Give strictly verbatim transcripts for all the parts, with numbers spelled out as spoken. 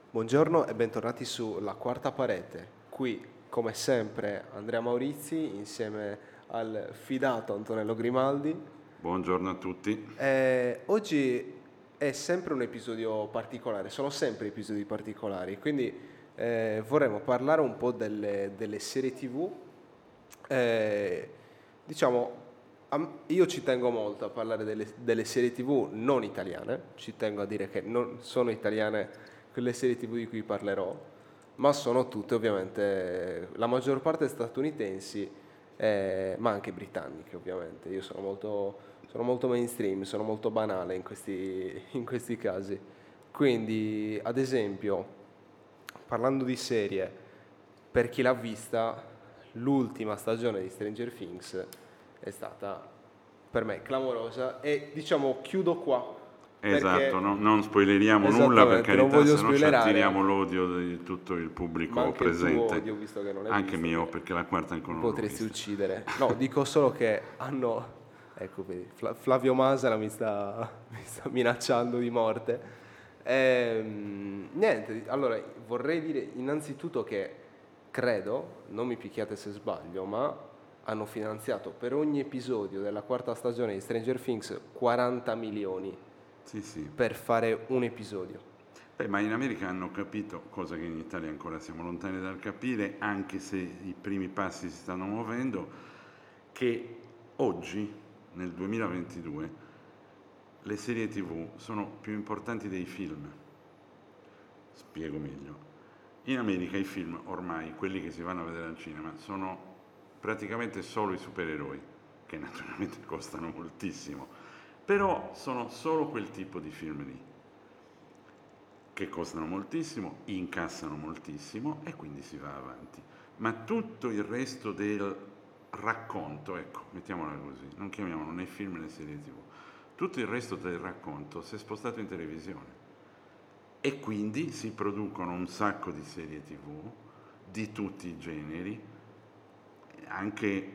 Buongiorno e bentornati su La Quarta Parete. Qui, come sempre, Andrea Maurizi insieme al fidato Antonello Grimaldi. Buongiorno a tutti. Eh, oggi è sempre un episodio particolare, sono sempre episodi particolari, quindi eh, vorremmo parlare un po' delle, delle serie tivù. Eh, diciamo, am- io ci tengo molto a parlare delle, delle serie tivù non italiane, ci tengo a dire che non sono italiane quelle serie tivù di cui parlerò, ma sono tutte ovviamente, la maggior parte statunitensi, eh, ma anche britanniche ovviamente. Io sono molto, sono molto mainstream, sono molto banale in questi, in questi casi. Quindi, ad esempio, parlando di serie, per chi l'ha vista, l'ultima stagione di Stranger Things è stata per me clamorosa e diciamo chiudo qua Esatto, perché no- non spoileriamo nulla, per esattamente, non carità, voglio se no ci spoilerare, attiriamo l'odio di tutto il ma pubblico anche il tuo presente. odio, visto che non l'hai Anche visto, mio, mi, perché la quarta mi ancora non l'ho potresti vista. uccidere. No, dico solo che hanno, ecco, vedi, Fla- Flavio Masala mi sta, mi sta minacciando di morte. Ehm, niente, allora vorrei dire innanzitutto che credo, non mi picchiate se sbaglio, ma hanno finanziato per ogni episodio della quarta stagione di Stranger Things quaranta milioni Sì, sì. per fare un episodio. Beh, ma in America hanno capito, cosa che in Italia ancora siamo lontani dal capire, anche se i primi passi si stanno muovendo, che oggi, nel duemilaventidue, le serie tivù sono più importanti dei film. Spiego meglio. In America i film ormai, quelli che si vanno a vedere al cinema, sono praticamente solo i supereroi, che naturalmente costano moltissimo, però sono solo quel tipo di film lì, che costano moltissimo, incassano moltissimo e quindi si va avanti. Ma tutto il resto del racconto, ecco, mettiamola così, non chiamiamolo né film né serie tivù, tutto il resto del racconto si è spostato in televisione. E quindi si producono un sacco di serie tivù di tutti i generi, anche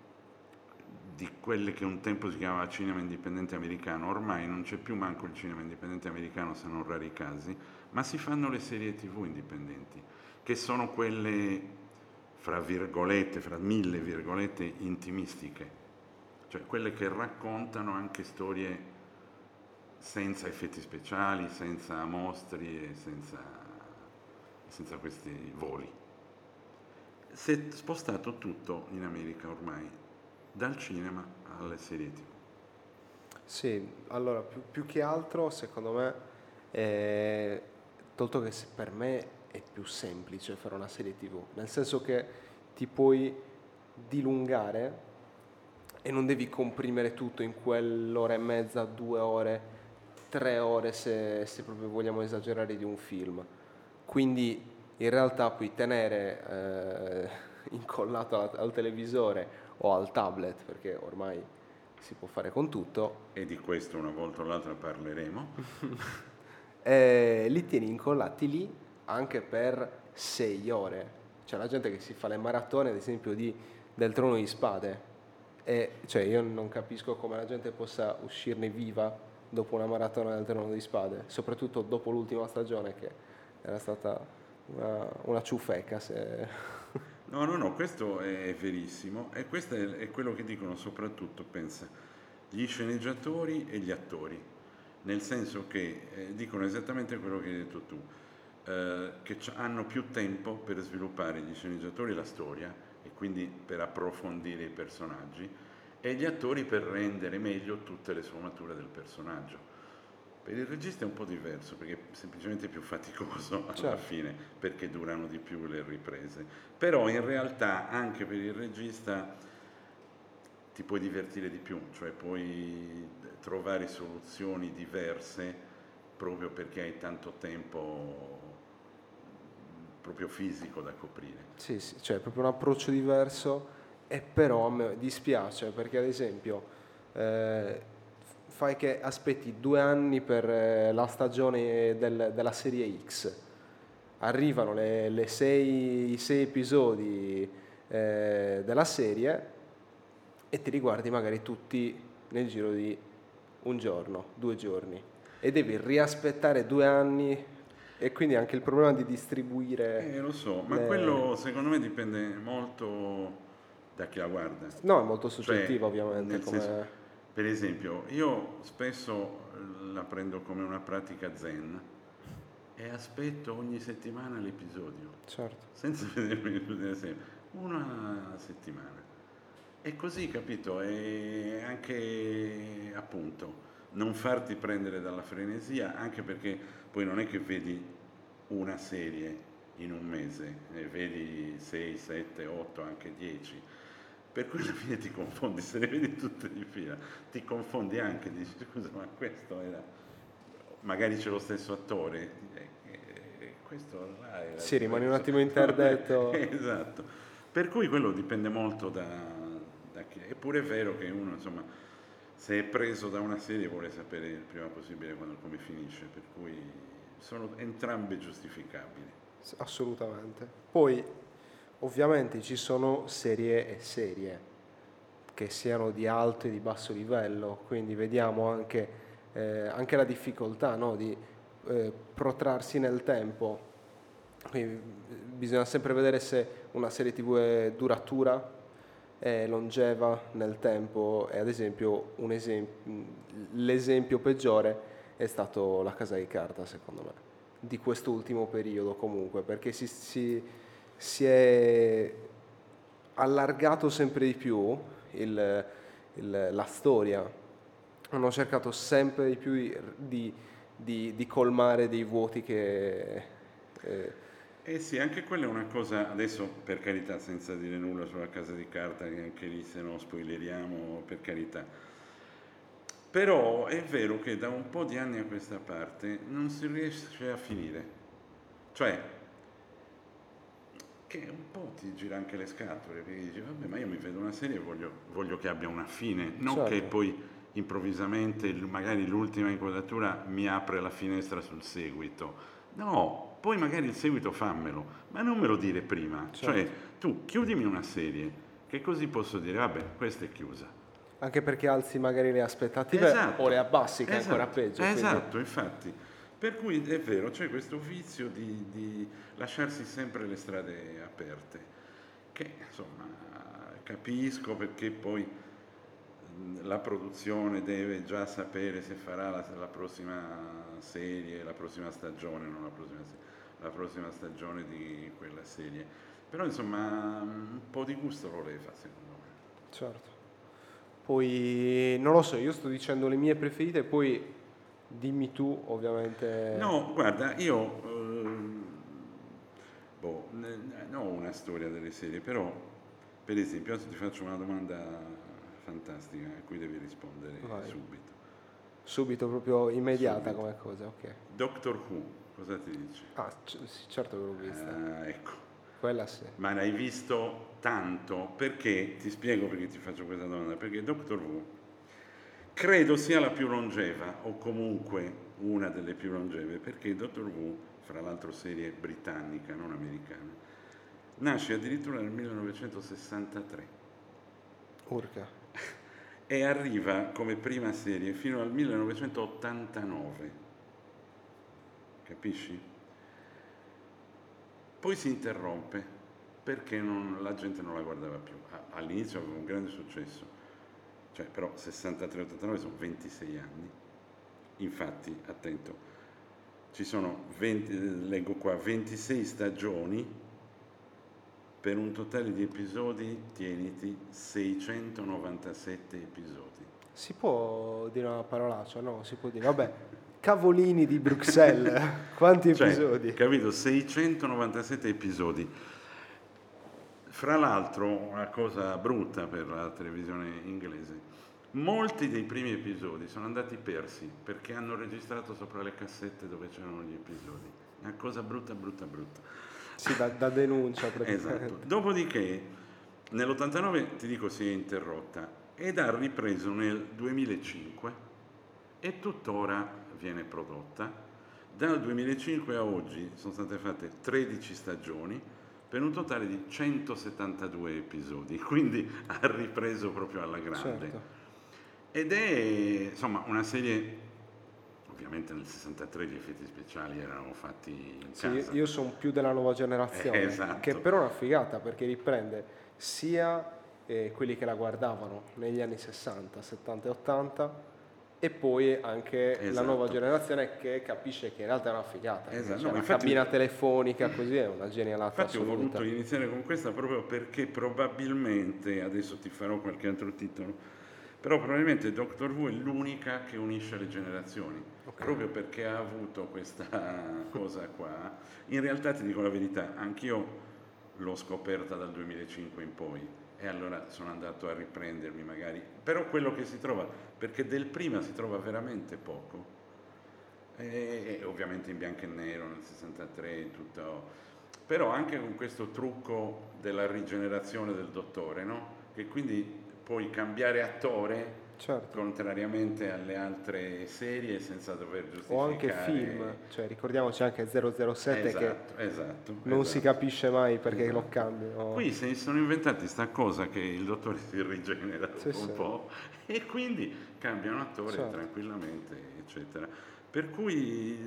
di quelle che un tempo si chiamava cinema indipendente americano. Ormai non c'è più manco il cinema indipendente americano, se non rari casi, ma si fanno le serie tivù indipendenti, che sono quelle, fra virgolette, fra mille virgolette, intimistiche, cioè quelle che raccontano anche storie senza effetti speciali, senza mostri e senza, senza questi voli. Si è spostato tutto in America ormai, dal cinema alle serie tivù. Sì, allora più, più che altro secondo me, è, tolto che se- per me è più semplice fare una serie tivù, nel senso che ti puoi dilungare e non devi comprimere tutto in quell'ora e mezza, due ore, tre ore se, se proprio vogliamo esagerare di un film. Quindi in realtà puoi tenere eh, incollato al, al televisore o al tablet, perché ormai si può fare con tutto, E di questo una volta o l'altra parleremo. e li tieni incollati lì anche per sei ore. C'è la gente che si fa le maratone, ad esempio, di, del Trono di Spade. E cioè io non capisco come la gente possa uscirne viva dopo una maratona del Trono di Spade, soprattutto dopo l'ultima stagione che era stata una, una ciufeca. Se... No, no, no, questo è verissimo e questo è, è quello che dicono soprattutto, pensa, gli sceneggiatori e gli attori, nel senso che eh, dicono esattamente quello che hai detto tu, eh, che c- hanno più tempo per sviluppare gli sceneggiatori la storia e quindi per approfondire i personaggi e gli attori per rendere meglio tutte le sfumature del personaggio. Per il regista è un po' diverso perché è semplicemente più faticoso alla Certo. fine perché durano di più le riprese. Però in realtà anche per il regista ti puoi divertire di più, cioè puoi trovare soluzioni diverse proprio perché hai tanto tempo proprio fisico da coprire. Sì, sì, cioè è proprio un approccio diverso e però a me dispiace perché ad esempio eh, fai che aspetti due anni per eh, la stagione del- della serie X, arrivano le, le sei, i sei episodi eh, della serie e ti riguardi magari tutti nel giro di un giorno, due giorni e devi riaspettare due anni. E quindi anche il problema di distribuire... Eh, lo so, ma le- quello secondo me dipende molto da chi la guarda. No, è molto Cioè, soggettivo ovviamente, nel come... senso, per esempio, io spesso eh, la prendo come una pratica zen e aspetto ogni settimana l'episodio, Certo. senza vedermi tutte le serie, una settimana. E così, capito? E anche appunto non farti prendere dalla frenesia, anche perché poi non è che vedi una serie in un mese, ne vedi sei, sette, otto, anche dieci. Per cui alla fine ti confondi, se le vedi tutte di fila, ti confondi anche, dici scusa, ma questo era, magari c'è lo stesso attore, eh, eh, questo là era Sì, rimani un diverso. attimo interdetto. Esatto. Per cui quello dipende molto da, da chi. Eppure è vero che uno, insomma, se è preso da una serie vuole sapere il prima possibile quando, come finisce, per cui sono entrambe giustificabili. S- Assolutamente. Poi, ovviamente, ci sono serie e serie, che siano di alto e di basso livello, quindi vediamo anche, eh, anche la difficoltà, no, di eh, protrarsi nel tempo. Quindi eh, bisogna sempre vedere se una serie tivù è duratura, è longeva nel tempo e ad esempio un esem- l'esempio peggiore è stato La Casa di Carta, secondo me, di quest'ultimo periodo comunque, perché si, si- si è allargato sempre di più il- il- la storia, hanno cercato sempre di più di, di- di- di colmare dei vuoti che... eh, Eh sì, anche quella è una cosa, adesso per carità, senza dire nulla sulla Casa di Carta, che anche lì se no spoileriamo, per carità. Però è vero che da un po' di anni a questa parte non si riesce a finire. Cioè, che un po' ti gira anche le scatole, perché dici, vabbè, ma io mi vedo una serie e voglio, voglio che abbia una fine, non che certo. poi improvvisamente il- magari l'ultima inquadratura mi apre la finestra sul seguito. No, poi magari il seguito fammelo, ma non me lo dire prima. Cioè, Certo. tu chiudimi una serie, che così posso dire, vabbè, questa è chiusa. Anche perché alzi magari le aspettative Esatto, o le abbassi, che è ancora esatto, peggio. Quindi, esatto, infatti. Per cui è vero, c'è questo vizio di, di lasciarsi sempre le strade aperte, che insomma capisco perché poi mh, la produzione deve già sapere se farà la, la prossima serie, la prossima stagione, non la prossima serie, la prossima stagione di quella serie. Però insomma un po' di gusto lo leva, secondo me. certo. Poi, non lo so, io sto dicendo le mie preferite, poi dimmi tu, ovviamente. No, guarda, io ehm, boh, ne- non ho una storia delle serie, però per esempio adesso ti faccio una domanda fantastica a cui devi rispondere Vai. subito. Subito, proprio immediata Subito. come cosa, ok. Doctor Who, cosa ti dice? Ah, c- sì, certo che l'ho vista. Ah, ecco, Quella sì. ma l'hai visto tanto perché, ti spiego perché ti faccio questa domanda, perché Doctor Who credo sia la più longeva o comunque una delle più longeve, perché Doctor Who, fra l'altro serie britannica, non americana, nasce addirittura nel millenovecentosessantatré Urca. e arriva come prima serie fino al millenovecentottantanove, capisci? Poi si interrompe perché non- la gente non la guardava più. A- All'inizio aveva un grande successo, cioè però sessantatré ottantanove sono ventisei anni. Infatti, attento, ci sono venti, leggo qua, ventisei stagioni per un totale di episodi, tieniti, seicentonovantasette episodi. Si può dire una parolaccia? No, si può dire. Vabbè, cavolini di Bruxelles. Quanti Cioè, episodi? capito? seicentonovantasette episodi. Fra l'altro, una cosa brutta per la televisione inglese, molti dei primi episodi sono andati persi perché hanno registrato sopra le cassette dove c'erano gli episodi. Una cosa brutta, brutta, brutta. Sì, da, da denuncia praticamente. Esatto. Dopodiché, nell'ottantanove, ti dico, si è interrotta ed ha ripreso nel duemilacinque e tuttora viene prodotta. Dal duemilacinque a oggi sono state fatte tredici stagioni per un totale di centosettantadue episodi, quindi ha ripreso proprio alla grande. Certo. Ed è insomma una serie ovviamente nel sessantatré gli effetti speciali erano fatti in Sì, casa. io sono più della nuova generazione, Eh, esatto. che però è una figata perché riprende sia eh, quelli che la guardavano negli anni sessanta, settanta e ottanta e poi anche la nuova Esatto. generazione che capisce che in realtà è una figata. Esatto, Cioè, no, la infatti- cabina telefonica così è una genialata Infatti ho assoluta. voluto iniziare con questa proprio perché probabilmente, adesso ti farò qualche altro titolo, però probabilmente Doctor Who è l'unica che unisce le generazioni, Ok. proprio perché ha avuto questa cosa qua. In realtà ti dico la verità, anch'io l'ho scoperta dal duemilacinque in poi e allora sono andato a riprendermi magari, però quello che si trova, perché del prima si trova veramente poco, e, e ovviamente in bianco e nero nel sessantatré tutto, però anche con questo trucco della rigenerazione del dottore, no? Che quindi puoi cambiare attore Certo. contrariamente alle altre serie senza dover O giustificare. anche film, cioè ricordiamoci anche zero zero sette Esatto, che esatto, non esatto. si capisce mai perché Esatto. lo cambiano. Qui si sono inventati sta cosa che il dottore si rigenera dopo Sì, un sì. po' e quindi cambiano attore Certo. tranquillamente, eccetera. Per cui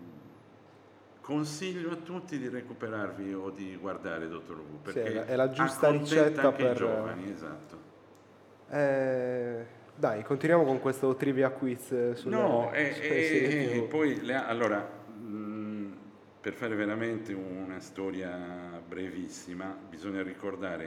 consiglio a tutti di recuperarvi o di guardare Dottor Who, Sì, perché è la- è la giusta accontenta ricetta anche per- i giovani, esatto. Eh, dai, continuiamo con questo trivia quiz sulle, No, e, sulle serie e- e tivù. poi le ha- allora, mh, per fare veramente una storia brevissima, bisogna ricordare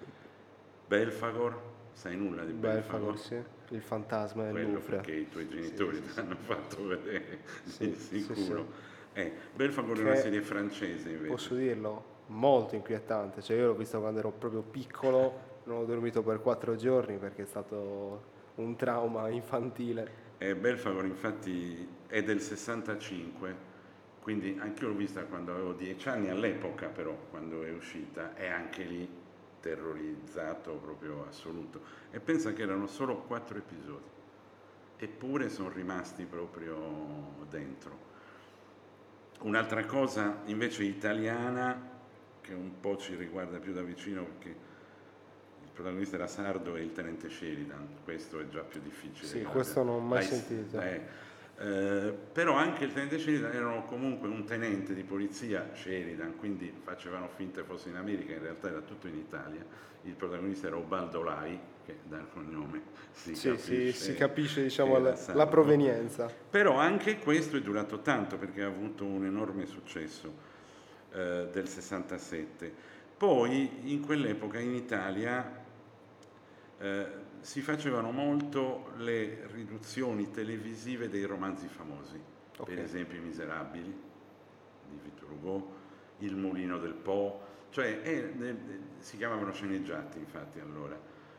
Belfagor, sai nulla di Belfagor? Belfagor, sì. Il fantasma del Quello Louvre. perché i tuoi genitori Sì, sì, ti sì. hanno fatto vedere Sì, di sì, sicuro. Eh, Belfagor è Che una serie francese invece. Posso dirlo? Molto inquietante. Cioè, io l'ho visto quando ero proprio piccolo, non ho dormito per quattro giorni perché è stato un trauma infantile. Eh, Belfagor infatti è del sessantacinque, quindi anche io l'ho vista quando avevo dieci anni, all'epoca però, quando è uscita, e anche lì terrorizzato proprio assoluto. E pensa che erano solo quattro episodi, eppure sono rimasti proprio dentro. Un'altra cosa invece italiana, che un po' ci riguarda più da vicino, perché il protagonista era sardo e il tenente Sheridan, questo è già più difficile. Sì, Guarda. questo non ho mai L'hai- sentito. eh, eh, però anche il tenente Sheridan erano comunque un tenente di polizia Sheridan, quindi facevano finta fosse in America, in realtà era tutto in Italia. Il protagonista era Ubaldo Lai, che dal cognome si Sì, capisce. sì, si capisce diciamo, che era la, sardo. la provenienza. Però anche questo è durato tanto perché ha avuto un enorme successo eh, del sessantasette. Poi in quell'epoca in Italia eh, si facevano molto le riduzioni televisive dei romanzi famosi, Ok. per esempio I Miserabili di Victor Hugo, Il Mulino del Po, cioè eh, eh, si chiamavano sceneggiati infatti allora,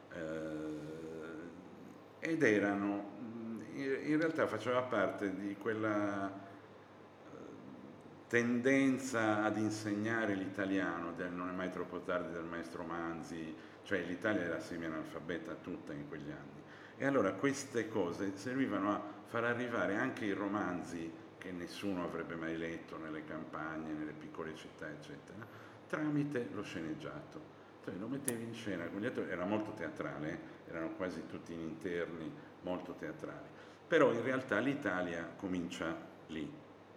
eh, ed erano, in realtà faceva parte di quella tendenza ad insegnare l'italiano, del non è mai troppo tardi del maestro Manzi, cioè l'Italia era semi-analfabeta tutta in quegli anni. E allora queste cose servivano a far arrivare anche i romanzi che nessuno avrebbe mai letto nelle campagne, nelle piccole città, eccetera, tramite lo sceneggiato. Cioè lo mettevi in scena con gli attori, era molto teatrale, eh? Erano quasi tutti in interni, molto teatrali. Però in realtà l'Italia comincia lì.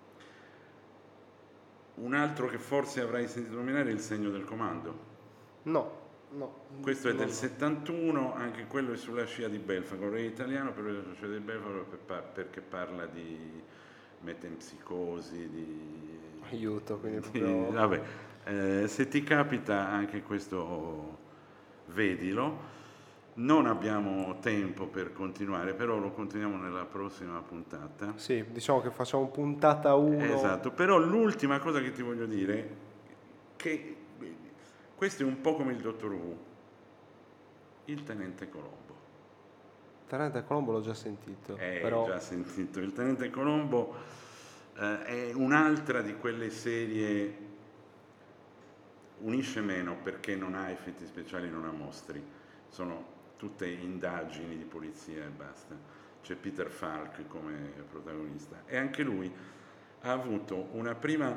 Un altro che forse avrai sentito nominare è Il Segno del Comando. No, no. Questo è no, del no. settantuno, anche quello è sulla scia di Belfagor, è italiano però è sulla scia di Belfagor perché parla di metempsicosi, di... Aiuto, quindi di- proprio... vabbè, eh, se ti capita anche questo vedilo. Non abbiamo tempo per continuare, però lo continuiamo nella prossima puntata. Sì, diciamo che facciamo puntata uno. Esatto, però l'ultima cosa che ti voglio dire, che questo è un po' come il Dottor Who, il Tenente Colombo. Tenente Colombo l'ho già sentito, Hai però... già sentito, il Tenente Colombo eh, è un'altra di quelle serie, unisce meno perché non ha effetti speciali, non ha mostri, sono tutte indagini di polizia e basta. C'è Peter Falk come protagonista e anche lui ha avuto una prima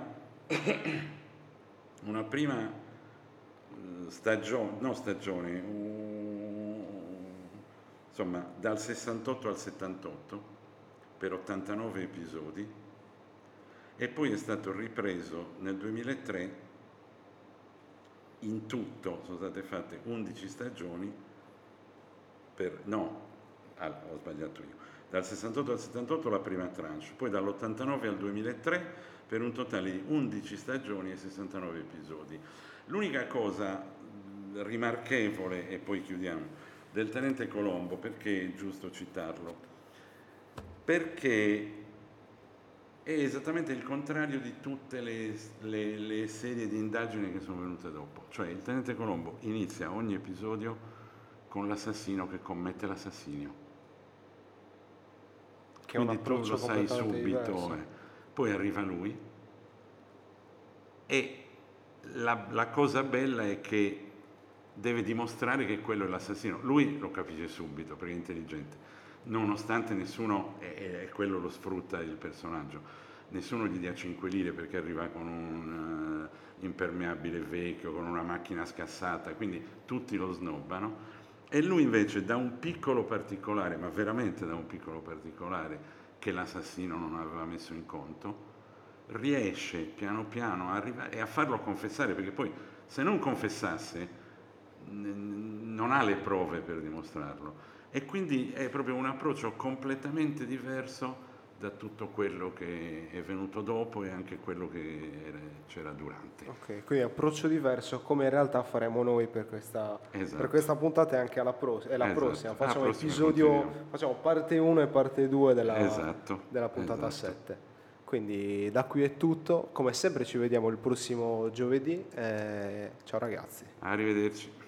una prima stagione, no stagione, um, insomma dal sessantotto al settantotto, per ottantanove episodi e poi è stato ripreso nel duemilatré. In tutto sono state fatte undici stagioni per, no, ah, ho sbagliato io, dal sessantotto al settantotto la prima tranche, poi dall'ottantanove al duemilatré per un totale di undici stagioni e sessantanove episodi. L'unica cosa rimarchevole, e poi chiudiamo, del Tenente Colombo, perché è giusto citarlo? Perché è esattamente il contrario di tutte le, le, le serie di indagini che sono venute dopo. Cioè il Tenente Colombo inizia ogni episodio con l'assassino che commette l'assassinio. Che è un Quindi tu approccio lo sai completamente subito. diverso. Eh. Poi arriva lui e la, la cosa bella è che deve dimostrare che quello è l'assassino. Lui lo capisce subito perché è intelligente, nonostante nessuno, e, e quello lo sfrutta il personaggio, nessuno gli dia cinque lire perché arriva con un uh, impermeabile vecchio, con una macchina scassata, quindi tutti lo snobbano. E lui invece da un piccolo particolare, ma veramente da un piccolo particolare, che l'assassino non aveva messo in conto, riesce piano piano a arrivare e a farlo confessare, perché poi se non confessasse non ha le prove per dimostrarlo, e quindi è proprio un approccio completamente diverso da tutto quello che è venuto dopo e anche quello che era, c'era durante. Ok, quindi approccio diverso, come in realtà faremo noi per questa, Esatto. per questa puntata e anche alla pro- e la Esatto. prossima. Facciamo La prossima episodio, continuiamo. facciamo parte uno e parte due della, Esatto. della puntata Esatto. sette. Quindi da qui è tutto, come sempre ci vediamo il prossimo giovedì. Eh, ciao ragazzi. Arrivederci.